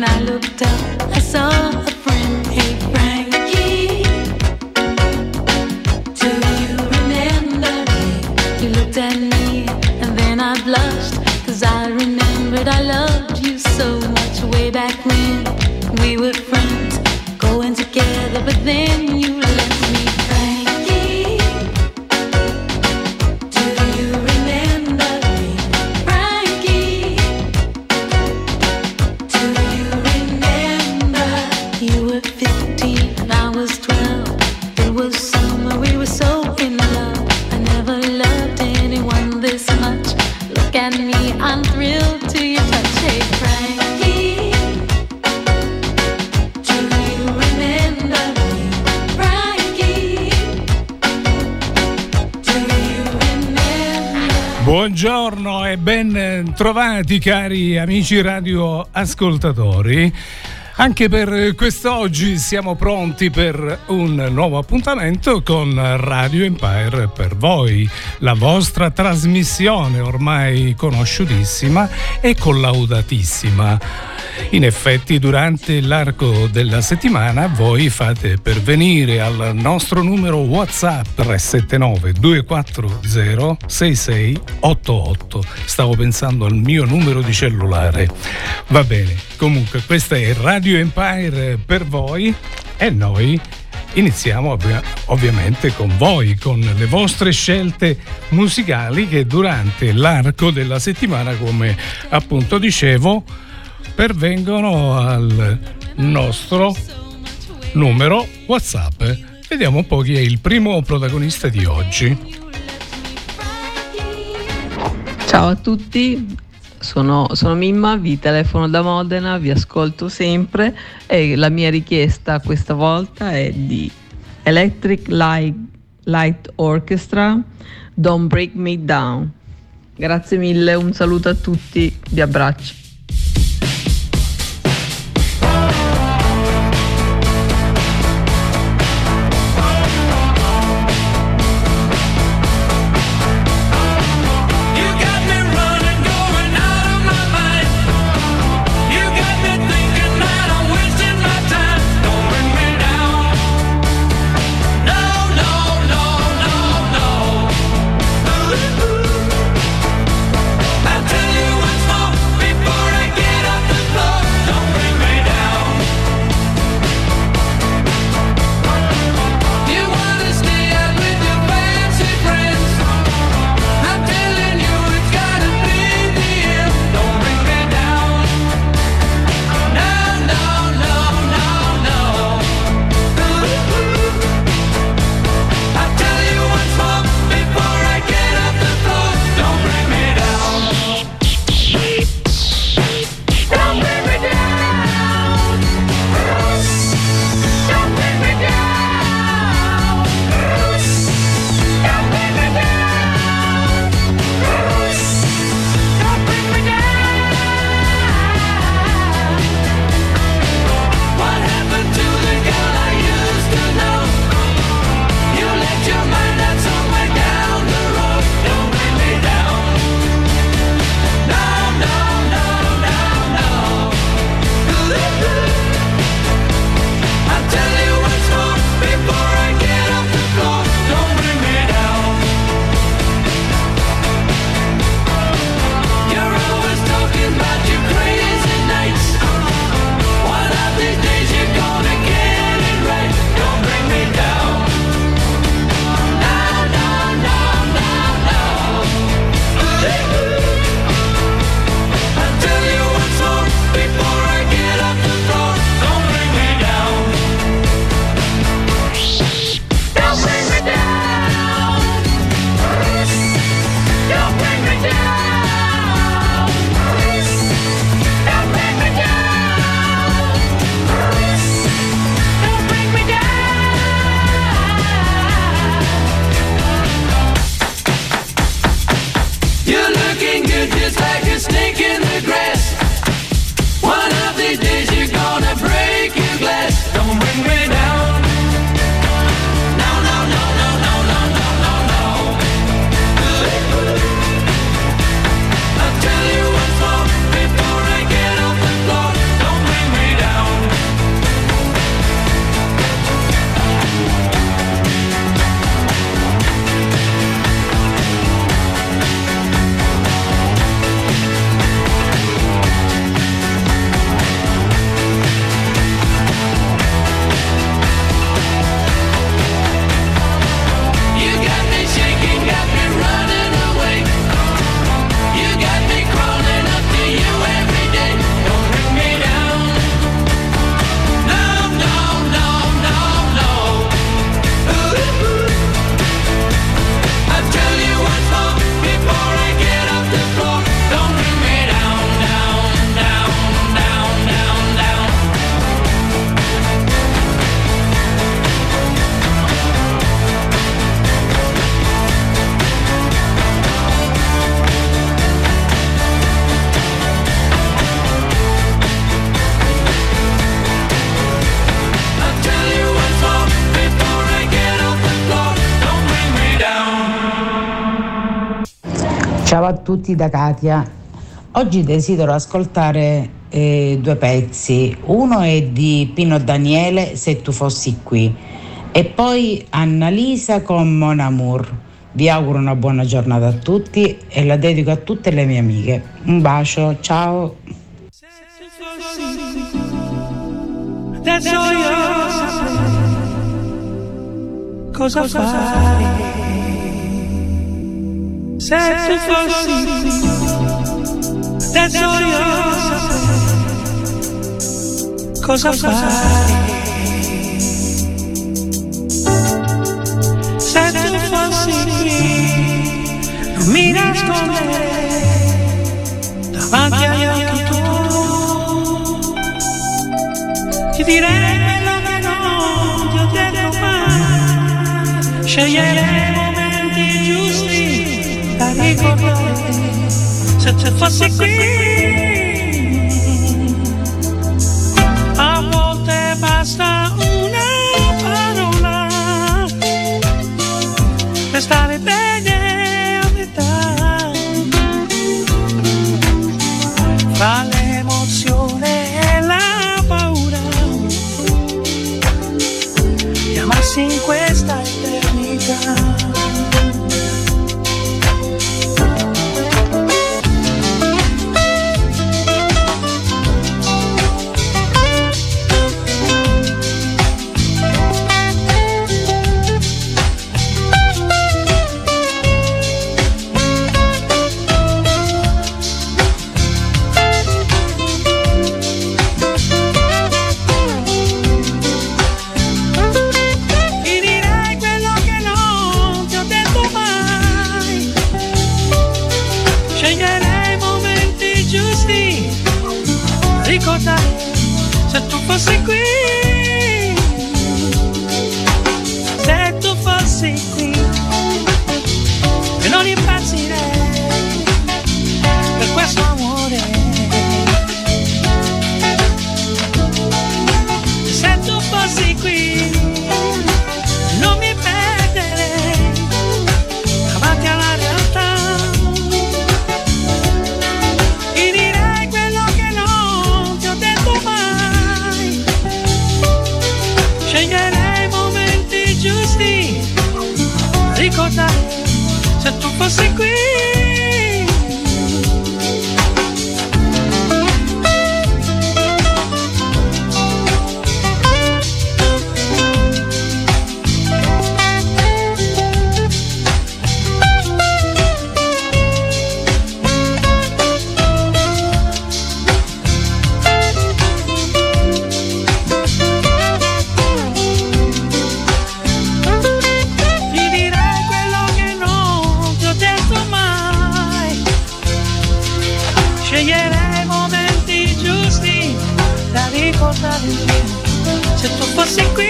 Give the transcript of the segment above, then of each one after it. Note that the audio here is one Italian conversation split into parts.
When I looked up, I saw a friend. Hey Frankie, do you remember me? You looked at me and then I blushed, 'cause I remembered I loved you so much way back when we were friends, going together, but then you left me. Frankie, do you remember me? Frankie, do you remember? You were 15 and I was 12. It was summer, we were so in love. I never loved anyone this much. Look at me, I'm thrilled to your touch. Hey Frankie, do you remember me? Frankie, do you remember? Buongiorno e ben trovati cari amici radio ascoltatori. Anche per quest'oggi siamo pronti per un nuovo appuntamento con Radio Empire per voi, la vostra trasmissione ormai conosciutissima e collaudatissima. In effetti, durante l'arco della settimana voi fate pervenire al nostro numero WhatsApp 379 240 6688. Stavo pensando al mio numero di cellulare. Va bene, comunque questa è Radio Empire per voi e noi iniziamo ovviamente con voi, con le vostre scelte musicali che durante l'arco della settimana, come appunto dicevo, pervengono al nostro numero WhatsApp. Vediamo un po' chi è il primo protagonista di oggi. Ciao a tutti, sono Mimma, vi telefono da Modena, vi ascolto sempre e la mia richiesta questa volta è di Electric Light Orchestra, Don't Break Me Down. Grazie mille, un saluto a tutti, vi abbraccio. Ciao a tutti da Katia. Oggi desidero ascoltare due pezzi. Uno è di Pino Daniele, Se tu fossi qui, e poi Annalisa con Mon Amour. Vi auguro una buona giornata a tutti e la dedico a tutte le mie amiche. Un bacio, ciao. Adesso io saprei cosa fare se tu fossi qui. Adesso io saprei cosa fare se tu fossi qui. Non mi nasconderei davanti agli occhi tuoi. Ti direi quello che non ti ho detto mai. Sceglierei i momenti giusti da ricordare se tu fossi qui. A volte basta una parola per stare bene a metà. Fra l'emozione e la paura di amarsi in questa eternità. Se tu fossi qui, se tu fossi qui, e non impazzirei per questo amore. Se tu fossi qui, non mi perderei davanti alla realtà. Sceglierei i momenti giusti, ricordare se tu fossi qui. Sceglierei momenti giusti da ricordare se tu fossi qui.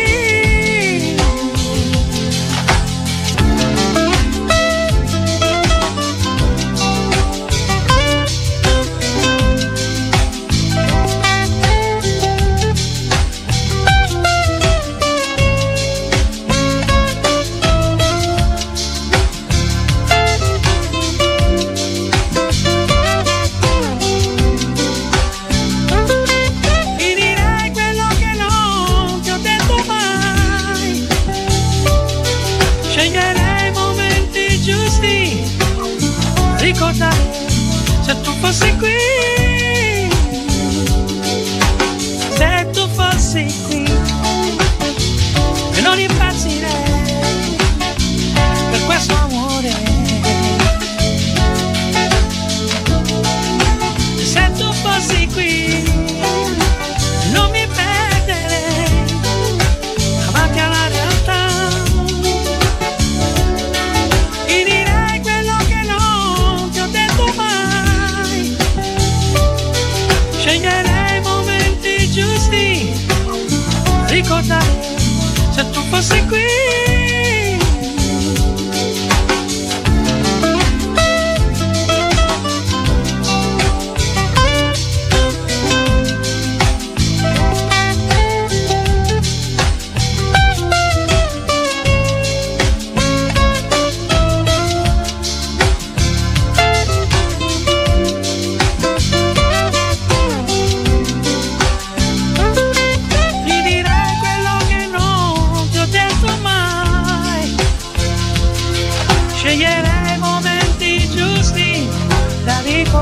Se tu fossi qui, se tu fossi qui, e non impazzirei per questo amore. Se tu fossi qui, non mi perderei davanti alla realtà.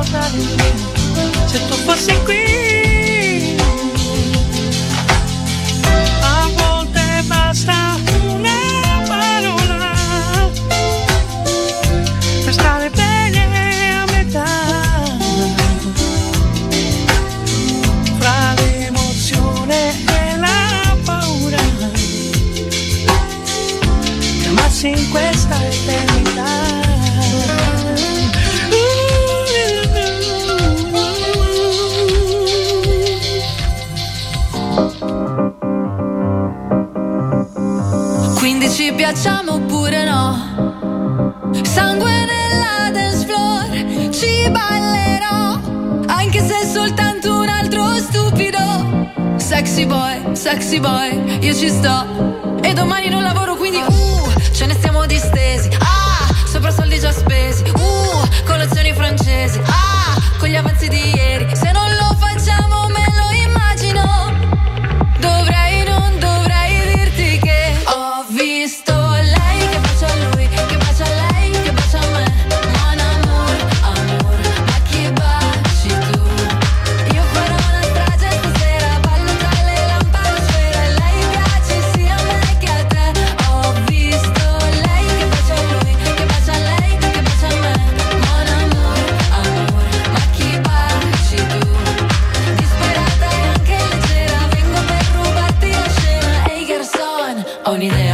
ricordare se tu fossi qui. A volte basta una parola per stare bene a metà, fra l'emozione e la paura, chiamarsi in questa eternità. Ci piacciamo oppure no? Sangue nella dance floor, ci ballerò, anche se è soltanto un altro stupido. Sexy boy, io ci sto. E domani non lavoro, quindi ce ne stiamo distesi. Sopra soldi già spesi. Colazioni francesi. Con gli avanzi di ieri. Se non lo facciamo me lo immagino. Non dovrei dirti che ho visto lei che bacia a lui, che bacia a lei, che bacia a me. Mon amour, ma chi baci tu? Io farò una strage stasera, ballo tra le lampade e lei piace sia a me che a te. Ho visto lei che bacia a lui, che bacia a lei, che bacia a me. Mon amour, ma chi baci tu? Disperata e anche leggera, vengo per rubarti la scena. Ehi garçon, ho un'idea.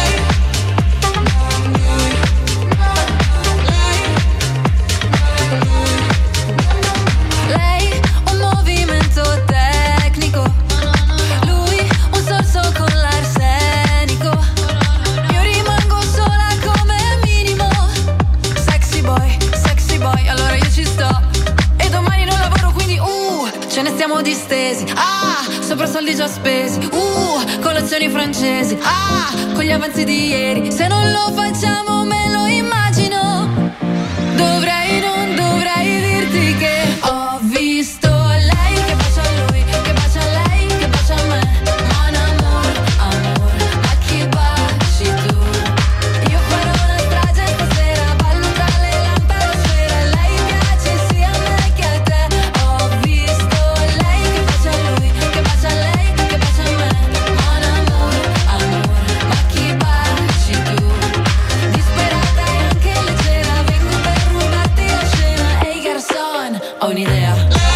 Lei un movimento tecnico, lui un sorso con l'arsenico. Io rimango sola come minimo. Sexy boy, allora io ci sto. E domani non lavoro, quindi ce ne stiamo distesi. Sopra soldi già spesi. Colazioni francesi. Con gli avanzi di ieri. Se non lo facciamo me lo immagino. Non dovrei dirti che ho visto lei che bacia a lui, che bacia a lei, che bacia a me. Mon amour, ma chi baci tu? Io farò una strage stasera, ballo tra le lampade e lei piace sia a me che a te. Ho visto lei che bacia a lui, che bacia a lei, che bacia a me. Mon amour, ma chi baci tu? Disperata e anche leggera, vengo per rubarti la scena. Ehi garçon, ho un'idea.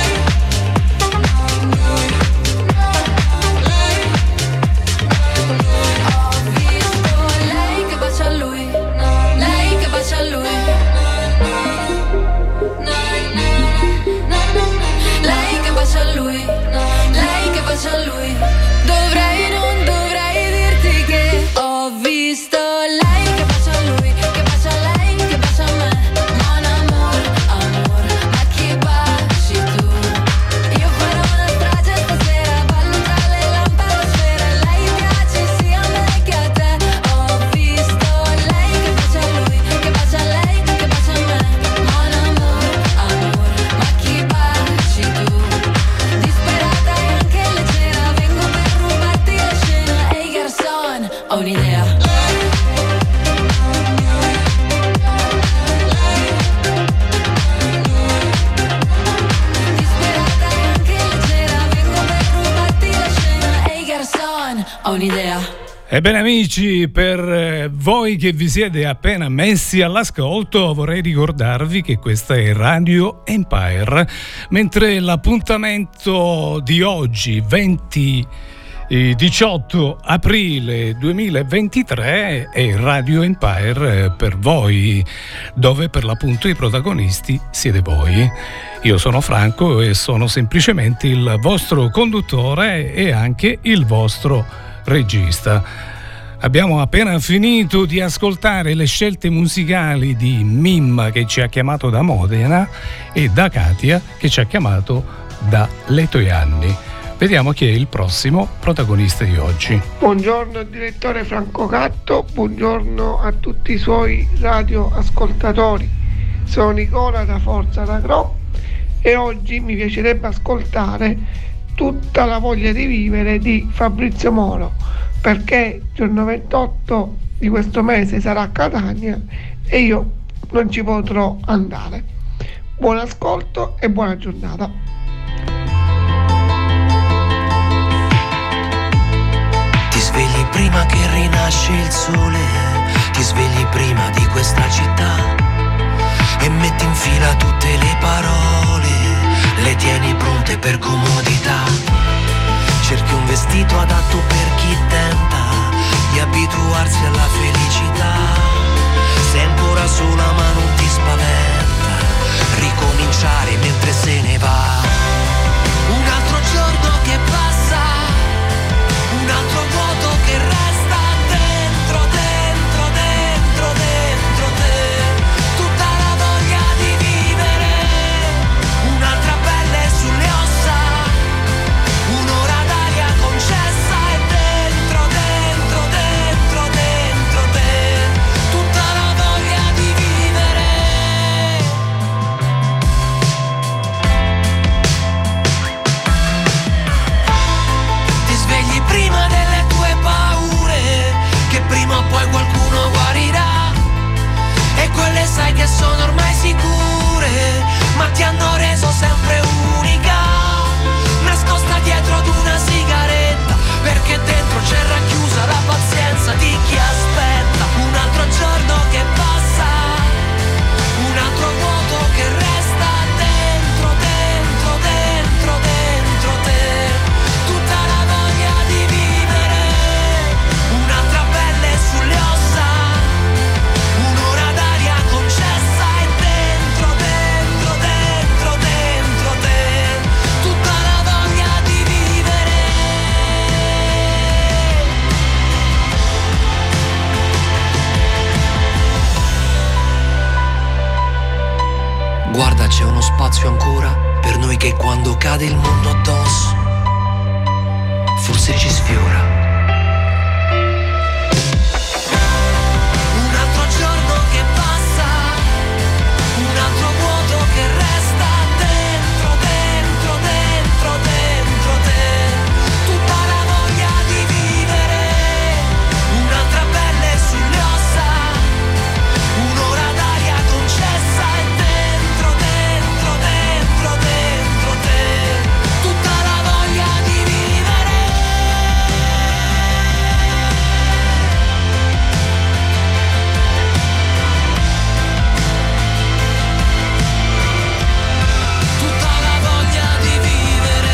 Ho visto lei che bacia a lui, lei che bacia a lui. Lei che bacia a lui, lei che bacia a lui. Non dovrei dirti che ho visto lei che bacia a lui, che bacia a lei, che bacia a me. Mon amour, ma chi baci tu? Io farò una strage stasera, ballo tra le lampade e lei piace sia a me che a te. Ho visto lei che bacia a lui, che bacia a lei, che bacia a me. Mon amour, ma chi baci tu? Disperata e anche leggera, vengo per rubarti la scena. Ehi garçon, ho un'idea. Disperata e anche leggera, vengo per rubarti la scena. Ehi garçon, ho un'idea. Ebbene amici, per voi che vi siete appena messi all'ascolto vorrei ricordarvi che questa è Radio Empire, mentre l'appuntamento di oggi 18 aprile 2023 è Radio Empire per voi, dove per l'appunto i protagonisti siete voi. Io sono Franco e sono semplicemente il vostro conduttore e anche il vostro regista. Abbiamo appena finito di ascoltare le scelte musicali di Mimma, che ci ha chiamato da Modena, e da Katia, che ci ha chiamato da Letojanni. Vediamo chi è il prossimo protagonista di oggi. Buongiorno direttore Franco Catto, buongiorno a tutti i suoi radioascoltatori. Sono Nicola da Forza d'Agro e oggi mi piacerebbe ascoltare Tutta la voglia di vivere di Fabrizio Moro, perché il giorno 28 di questo mese sarà a Catania e io non ci potrò andare. Buon ascolto e buona giornata. Ti svegli prima che rinasce il sole, ti svegli prima di questa città e metti in fila tutte le parole, le tieni pronte per comodità. Cerchi un vestito adatto per chi tenta di abituarsi alla felicità. Sei ancora sola ma non ti spaventa ricominciare mentre se ne va. Un altro giorno che passa, un altro vuoto che resta dentro, dentro, dentro, dentro te. Tutta la voglia di vivere, un'altra pelle sulle ossa, un'ora d'aria concessa e dentro, dentro, dentro, dentro te. Tutta la voglia di vivere. Ti svegli prima delle tue paure, che prima o poi qualcuno guarirà, e quelle sai che sono ormai sicure, ma ti hanno reso sempre unica, nascosta dietro ad una sigaretta, perché dentro c'è racchiusa la pazienza di chi aspetta. Un altro giorno che passa, un altro vuoto che resta dentro, dentro, dentro, dentro te. Tutta la voglia di vivere, un'altra pelle sulle ossa, un'ora d'aria concessa e dentro, dentro, dentro, dentro te. Tutta la voglia di vivere. Guarda, c'è uno spazio ancora per noi che quando cade il mondo addosso forse ci sfiora. Un altro giorno che passa, un altro vuoto che resta dentro, dentro, dentro, dentro te. Tutta la voglia di vivere, un'altra pelle sulle ossa, un'ora d'aria concessa e dentro, dentro, dentro, dentro te. Tutta la voglia di vivere. Tutta la voglia di vivere.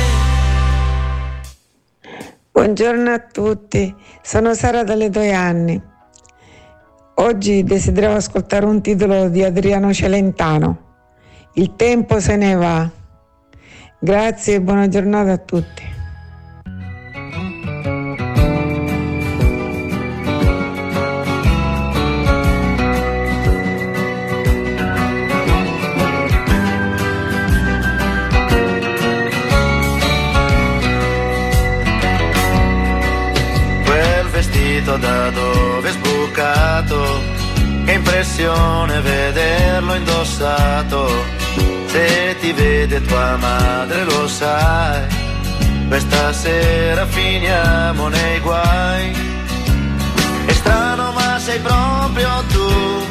Buongiorno a tutti, sono Sara dalle 2 anni. Oggi desideravo ascoltare un titolo di Adriano Celentano, Il tempo se ne va. Grazie e buona giornata a tutti. Quel vestito da dove è sbucato, che impressione vederlo indossato. Se ti vede tua madre lo sai, questa sera finiamo nei guai. È strano ma sei proprio tu,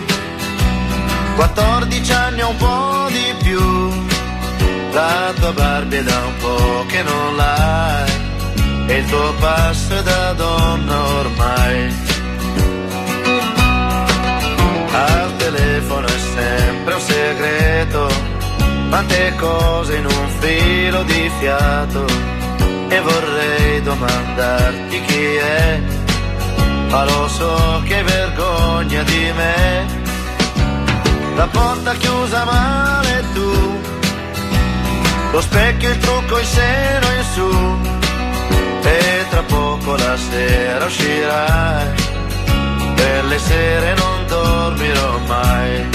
14 anni o un po' di più. La tua Barbie è da un po' che non l'hai, e il tuo passo è da donna ormai. Al telefono è sempre un segreto, quante cose in un filo di fiato, e vorrei domandarti chi è, ma lo so che hai vergogna di me. La porta chiusa male tu, lo specchio, il trucco, il seno in su, e tra poco la sera uscirai, per le sere non dormirò mai.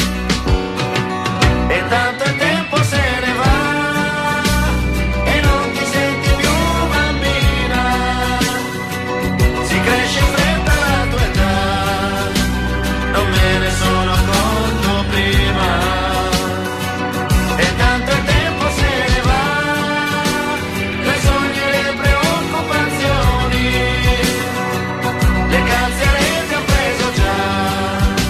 E tanto il tempo se ne va e non ti senti più bambina, si cresce in fretta la tua età, non me ne sono accorto prima. E tanto il tempo se ne va, i sogni e le preoccupazioni, le calze a rete ho preso già.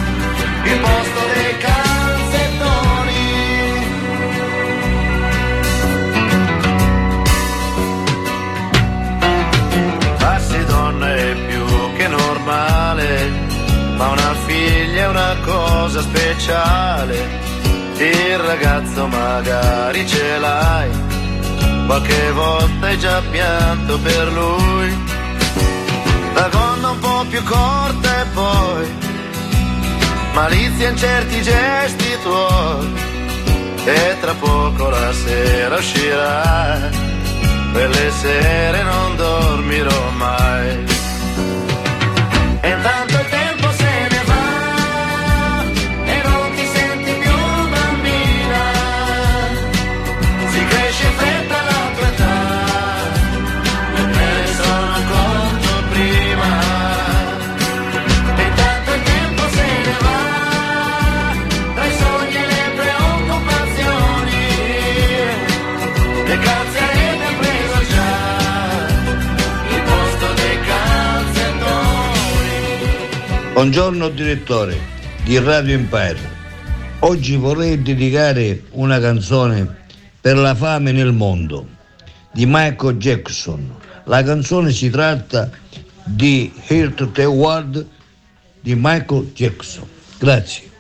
figlia è una cosa speciale, il ragazzo magari ce l'hai, qualche volta hai già pianto per lui, la gonna un po' più corta e poi malizia in certi gesti tuoi, e tra poco la sera uscirà, quelle sere non dormirò mai. E intanto il tempo se ne va e non ti senti più bambina, si cresce in fretta la tua età, e me ne sono accorto prima. E intanto il tempo se ne va tra i sogni e le preoccupazioni, le calzare abbiamo preso già il posto dei calzettoni. Buongiorno direttore di Radio Empire. Oggi vorrei dedicare una canzone per la fame nel mondo di Michael Jackson. La canzone si tratta di Heart the World di Michael Jackson. Grazie.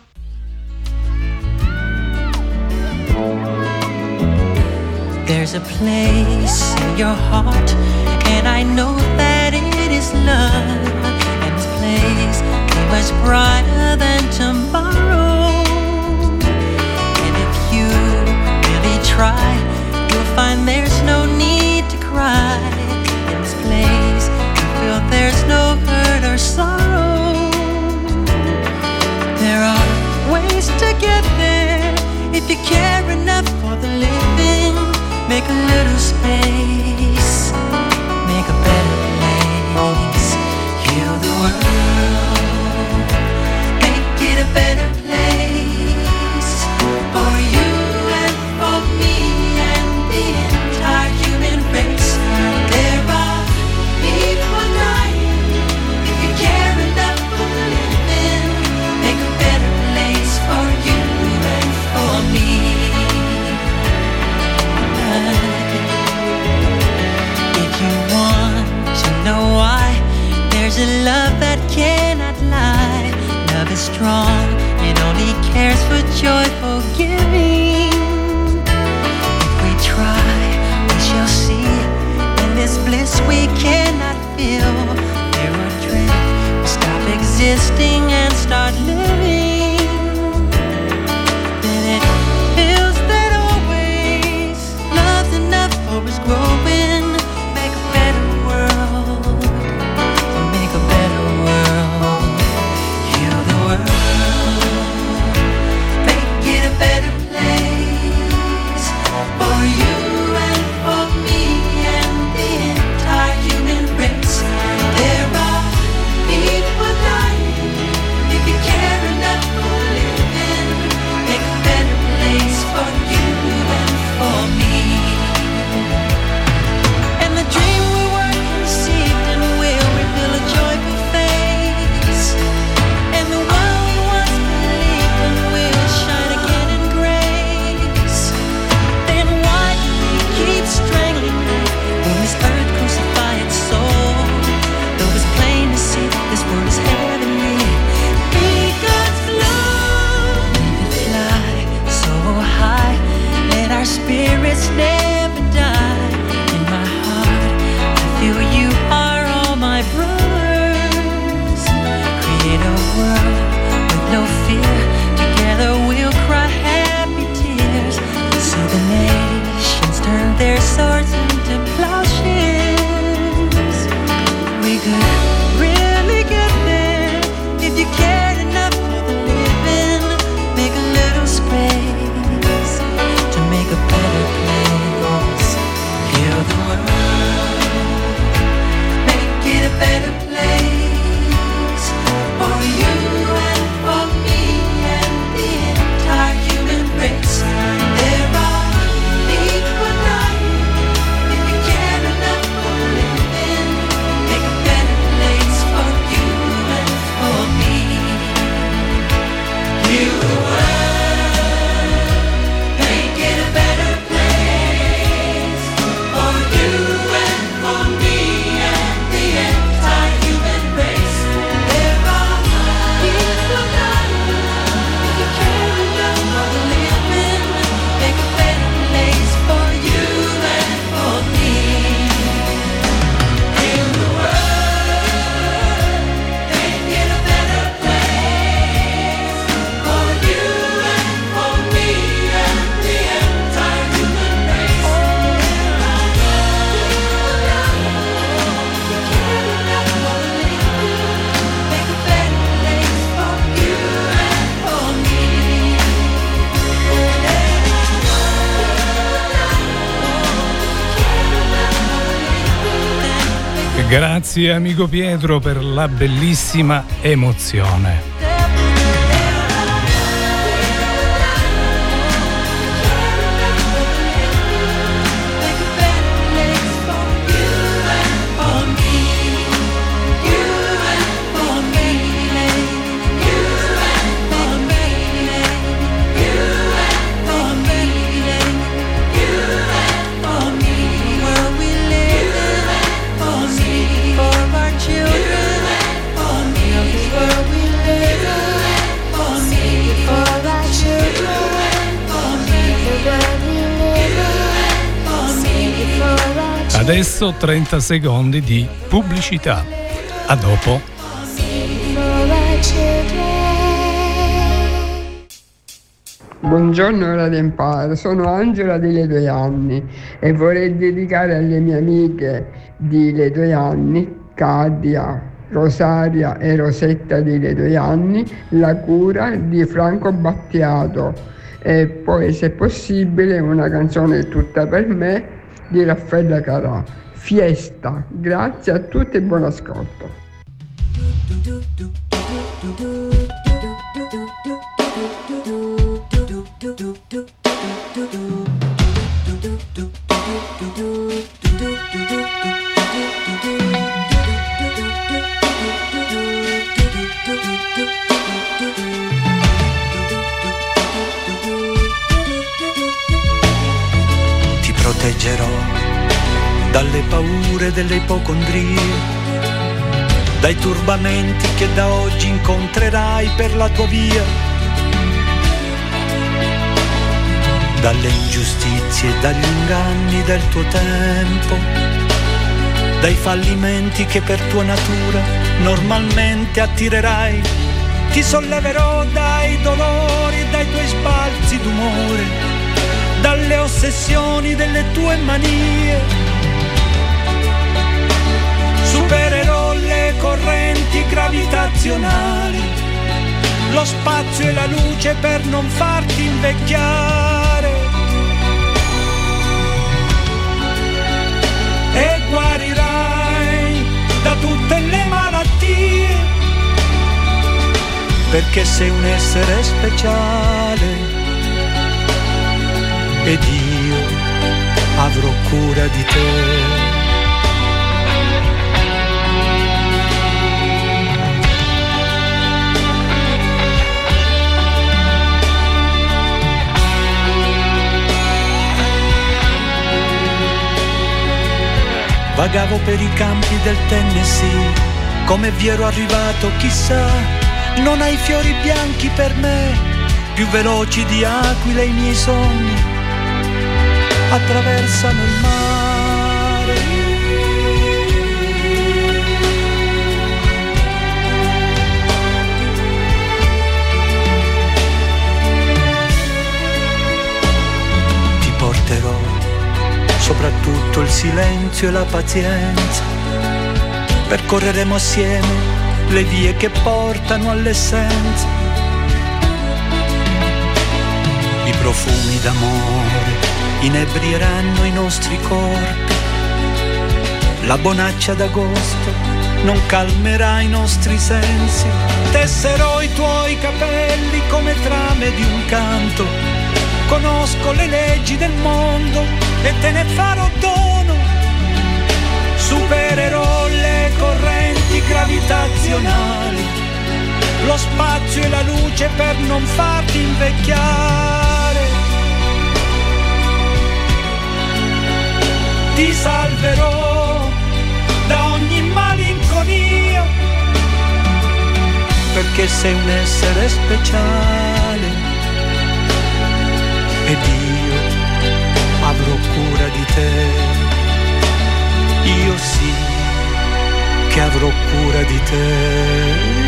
There's a place in your heart, and I know that it is love. And this place is much brighter than tomorrow. And if you really try, you'll find there's no need to cry. In this place, you feel there's no hurt or sorrow. There are ways to get there if you care enough for the living. Make a little space, make a better place, heal the world, make it a better place, for you and for me and the entire human race. There are people dying, if you care enough for the living, make a better place for you and for me. If you want to know why, there's a love that cannot lie. Love is strong, it only cares for joyful giving. If we try, we shall see. In this bliss we cannot feel, there will drift, we stop existing and start living. Then it feels that always love's enough for us growing. Make a better world, make a better world, heal the world, make it a better place, for you and for me and the entire human race. There are people dying, if you care enough for living, make a better place for you and for me. And the dream we were conceived in will reveal a joyful face, and the one we once believed in will shine again in grace. Then why do we keep strangling when this earth crucify its soul? Though it's plain to see this world is heavenly, be God's love. We can fly so high, let our spirits never die. In my heart, I feel you are all my brothers. Create a world with no fear. Together we'll cry happy tears. So the nations turn their swords into plowshares. We could really get there if you cared enough for the living. Make a little space to make a better place. Heal the world, make it a better place, for you and for me and the entire human race. There are people dying, if you care enough for living, make a better place for you and for me. Heal the world, make it a better place, for you and for me and the entire human race. There are people Grazie amico Pietro per la bellissima emozione. Adesso 30 secondi di pubblicità. A dopo. Buongiorno Radio Empire, sono Angela di Le 2 Anni e vorrei dedicare alle mie amiche di Le 2 Anni, Cadia, Rosaria e Rosetta di Le 2 Anni, La cura di Franco Battiato e poi, se possibile, una canzone tutta per me di Raffaella Carrà, Fiesta. Grazie a tutti e buon ascolto. Ti proteggerò dalle paure delle ipocondrie, dai turbamenti che da oggi incontrerai per la tua via, dalle ingiustizie e dagli inganni del tuo tempo, dai fallimenti che per tua natura normalmente attirerai. Ti solleverò dai dolori e dai tuoi sbalzi d'umore, dalle ossessioni delle tue manie. Supererò le correnti gravitazionali, lo spazio e la luce per non farti invecchiare. E guarirai da tutte le malattie, perché sei un essere speciale ed io avrò cura di te. Vagavo per i campi del Tennessee, come vi ero arrivato chissà. Non hai fiori bianchi per me, più veloci di aquile i miei sogni attraversano il mare. Ti porterò soprattutto il silenzio e la pazienza, percorreremo assieme le vie che portano all'essenza. I profumi d'amore inebrieranno i nostri corpi, la bonaccia d'agosto non calmerà i nostri sensi. Tesserò i tuoi capelli come trame di un canto, conosco le leggi del mondo e te ne farò dono. Supererò le correnti gravitazionali, lo spazio e la luce per non farti invecchiare. Ti salverò da ogni malinconia, perché sei un essere speciale ed io avrò cura di te. Io sì che avrò cura di te.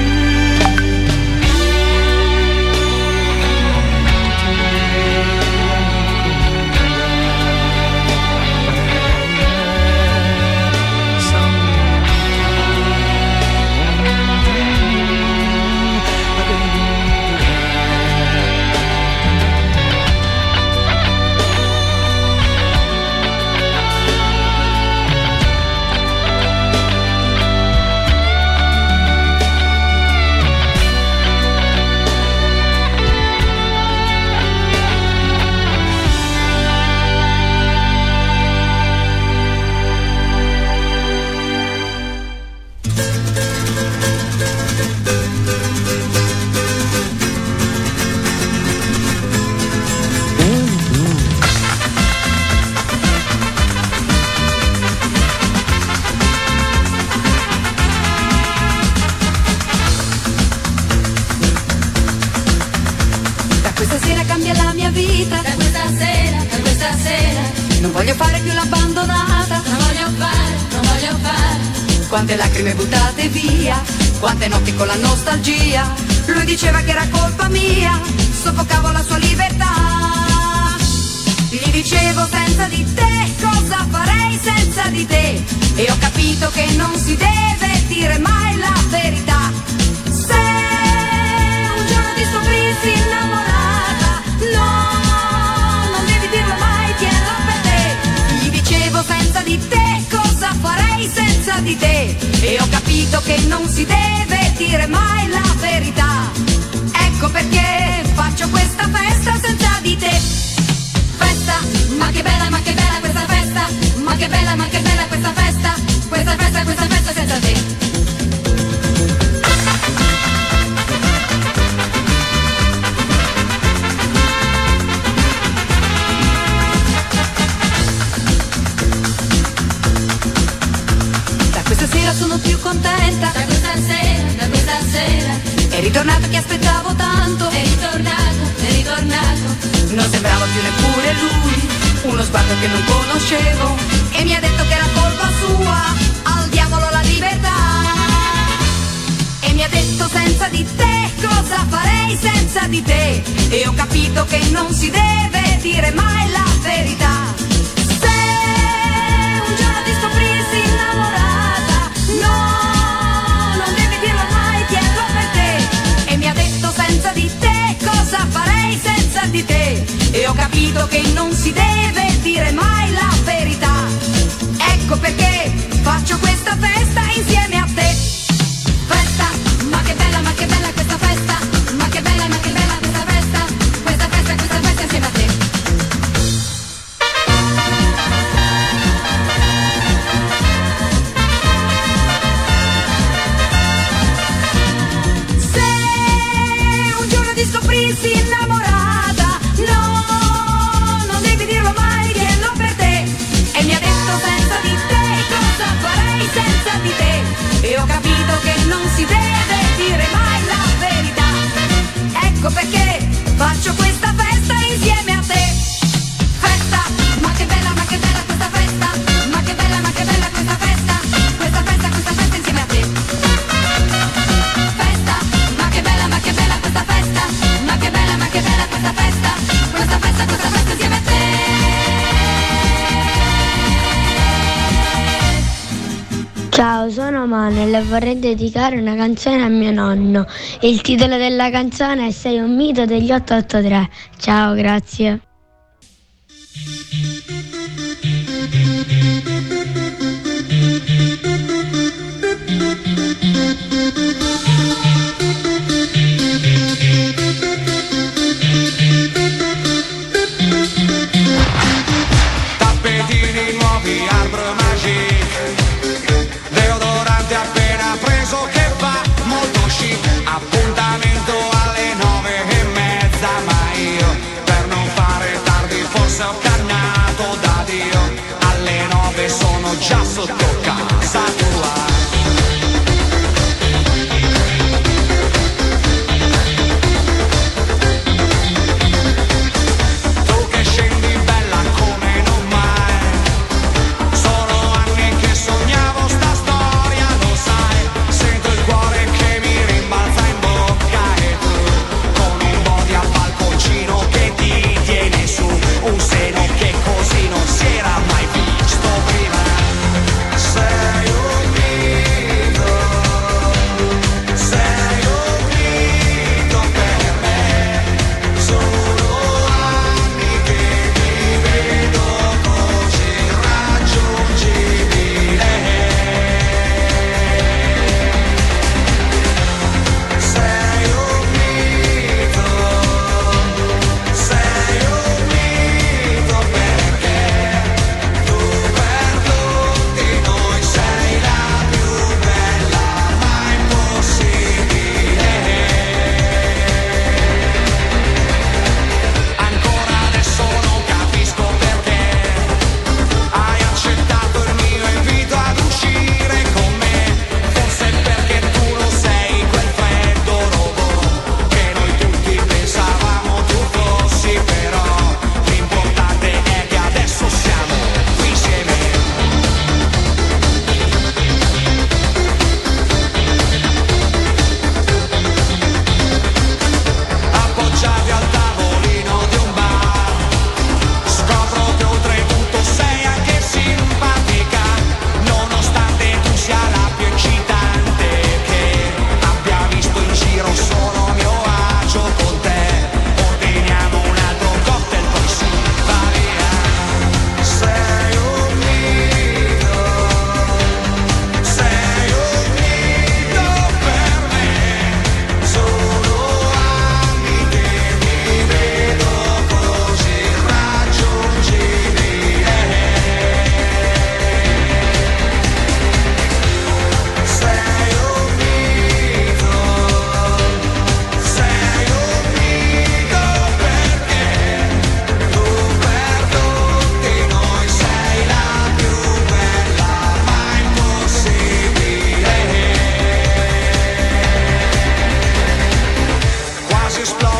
vita. Da questa sera, non voglio fare più l'abbandonata. Non voglio fare. Quante lacrime buttate via, quante notti con la nostalgia. Lui diceva che era colpa mia, soffocavo la sua libertà. Gli dicevo senza di te, cosa farei senza di te? E ho capito che non si deve dire mai la verità. Se un giorno ti scoprissi innamorata, no, non devi dirlo mai, tienilo per te. Gli dicevo senza di te, cosa farei senza di te? E ho capito che non si deve dire mai la verità. Ecco perché faccio questa festa senza di te. Festa, ma che bella questa festa. Ma che bella questa festa. Questa festa senza te. Da questa sera sono più contenta. Da questa sera. È ritornato chi aspettavo tanto. È ritornato. Non sembrava più neppure lui, uno sguardo che non conoscevo, e mi ha detto che era colpa sua, al diavolo la libertà. E mi ha detto senza di te, cosa farei senza di te? E ho capito che non si deve dire mai la verità. Se un giorno ti scoprissi innamorata, no, non devi dirlo mai, tienilo per te. E mi ha detto senza di te, cosa farei senza di te? E ho capito che non si deve dire mai la verità. Ecco perché faccio questa festa insieme a te. Festa, ma che bella questa festa. Ma che bella questa festa. Questa festa insieme a te. Se un giorno ti scoprissi innamorata, no, non devi dirlo mai, tienilo per te. E mi ha detto senza di te, cosa farei senza di te? E ho capito che non si deve dire mai la verità. Ecco perché faccio questa festa insieme a te. Festa, ma che bella questa festa. Ma che bella questa festa. Questa festa insieme a te. Festa, ma che bella questa festa. Ma che bella questa festa. Questa festa insieme a te. Ciao, sono Manuel e vorrei dedicare una canzone a mio nonno. Il titolo della canzone è Sei un mito degli 883. Ciao, grazie. Tappetini nuovi, arbor magique, deodorante appena preso che va molto chic. Appuntamento alle 9:30, ma io per non fare tardi forse ho cannato.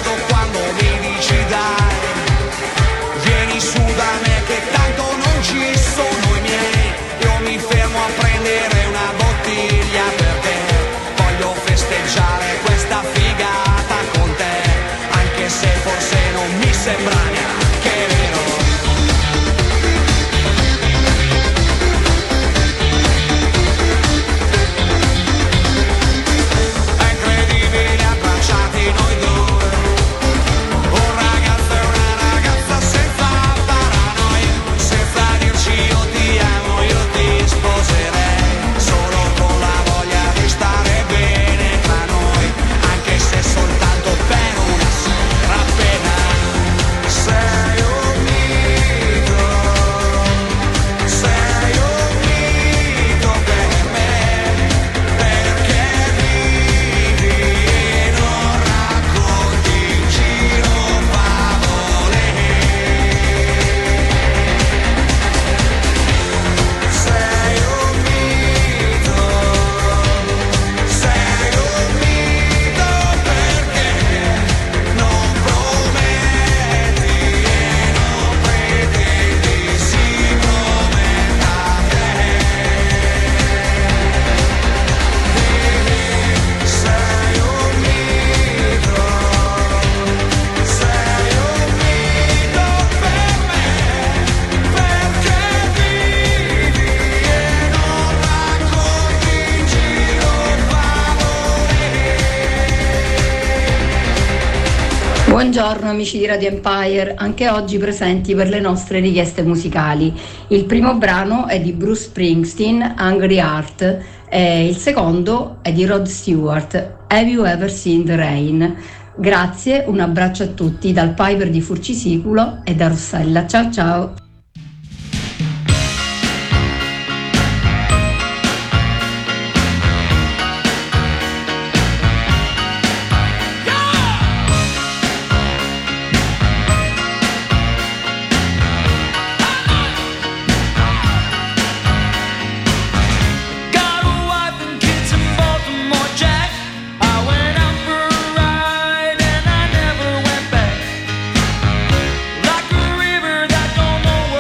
godo quando mi dici dai, vieni su da me che tanto non ci sono i miei. Io mi fermo a prendere una bottiglia perché voglio festeggiare questa figata con te, anche se forse non mi sembra neanche vero. È incredibile abbracciati noi due, un ragazzo e una ragazza senza paranoia, senza dirci io ti amo, io ti sposerei, solo con la voglia di stare bene tra noi, anche se soltanto per una sera appena. Sei un mito per me, perché vivi e non racconti in giro favole. Sei un mito perché non prometti e non pretendi si prometta a te. Sei un mito per me, perché vivi e non racconti in giro Buongiorno amici di Radio Empire, anche oggi presenti per le nostre richieste musicali. Il primo brano è di Bruce Springsteen, Hungry Heart, e il secondo è di Rod Stewart, Have You Ever Seen the Rain? Grazie, un abbraccio a tutti dal Piper di Furcisiculo e da Rossella. Ciao ciao! Got a wife and kids in Baltimore, Jack. I went out for a ride and I never went back. Like a river that don't know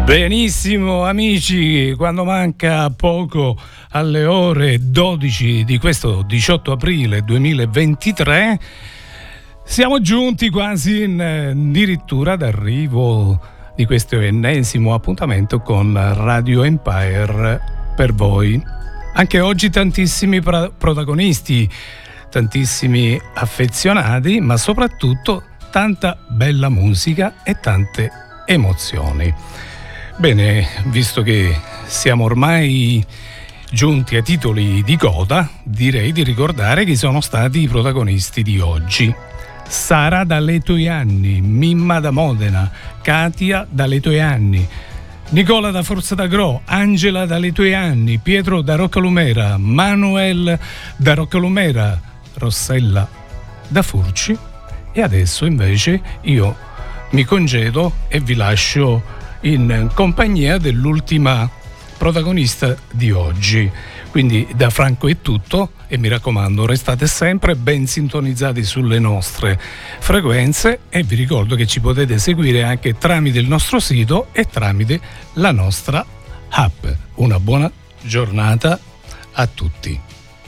Benissimo amici, quando manca poco alle ore 12 di questo 18 aprile 2023 siamo giunti quasi addirittura d'arrivo di questo ennesimo appuntamento con Radio Empire per voi. Anche oggi tantissimi protagonisti, tantissimi affezionati, ma soprattutto tanta bella musica e tante emozioni. Bene, visto che siamo ormai giunti ai titoli di coda, direi di ricordare chi sono stati i protagonisti di oggi. Sara dalle tuoi anni, Mimma da Modena, Katia dalle tuoi anni, Nicola da Forza d'Agro, Angela dalle tuoi anni, Pietro da Roccalumera, Manuel da Roccalumera, Rossella da Furci e adesso invece io mi congedo e vi lascio in compagnia dell'ultima protagonista di oggi. Quindi da Franco è tutto e mi raccomando, restate sempre ben sintonizzati sulle nostre frequenze e vi ricordo che ci potete seguire anche tramite il nostro sito e tramite la nostra app. Una buona giornata a tutti.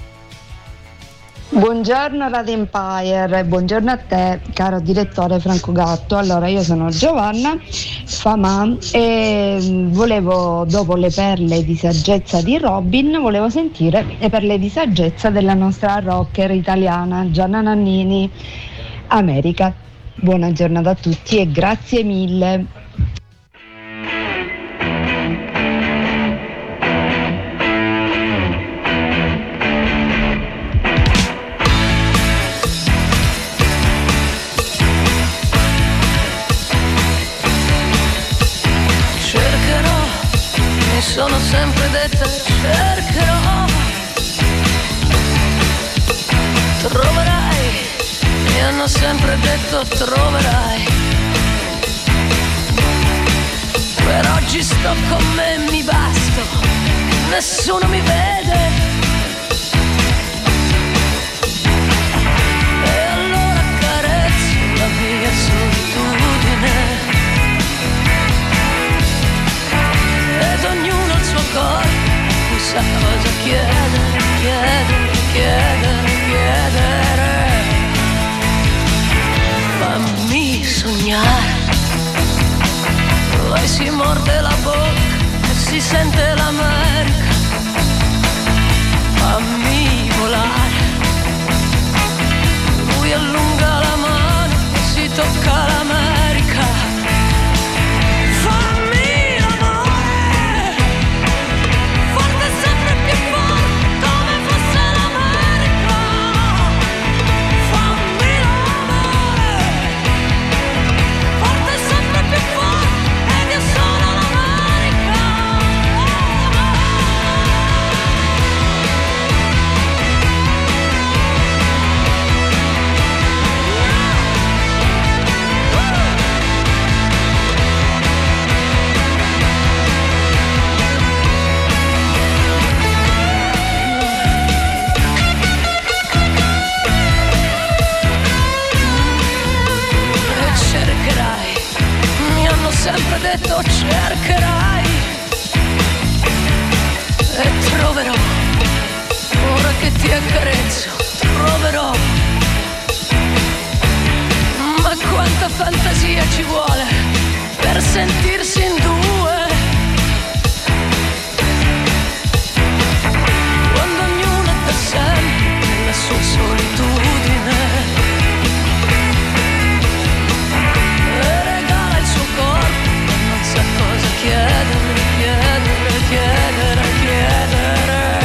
Buongiorno Radio Empire, buongiorno a te caro direttore Franco Gatto. Allora, io sono Giovanna Famà e volevo, dopo le perle di saggezza di Robin, volevo sentire le perle di saggezza della nostra rocker italiana Gianna Nannini, America. Buona giornata a tutti e grazie mille. Sono sempre detta cercherò, troverai, mi hanno sempre detto troverai, per oggi sto con me, mi basto, nessuno mi vede, e allora carezzo la mia solitudine. Ed ognuno il suo corpo, cui sa cosa chiedere, chiedere, chiedere, chiedere. Fammi sognare. Lei si morde la bocca e si sente l'America. Fammi volare. Lui allunga la mano e si tocca l'America. Sempre detto cercherai e troverò, ora che ti accarezzo, troverò. Ma quanta fantasia ci vuole per sentirsi in due, quando ognuno è da sempre nella sua solitudine. Chiedere, chiedere, chiedere, chiedere.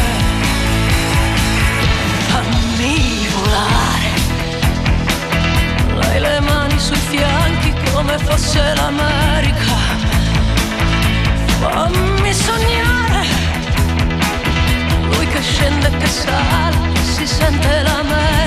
Fammi volare. Lei le mani sui fianchi come fosse l'America. Fammi sognare. Lui che scende e che sale, si sente l'America.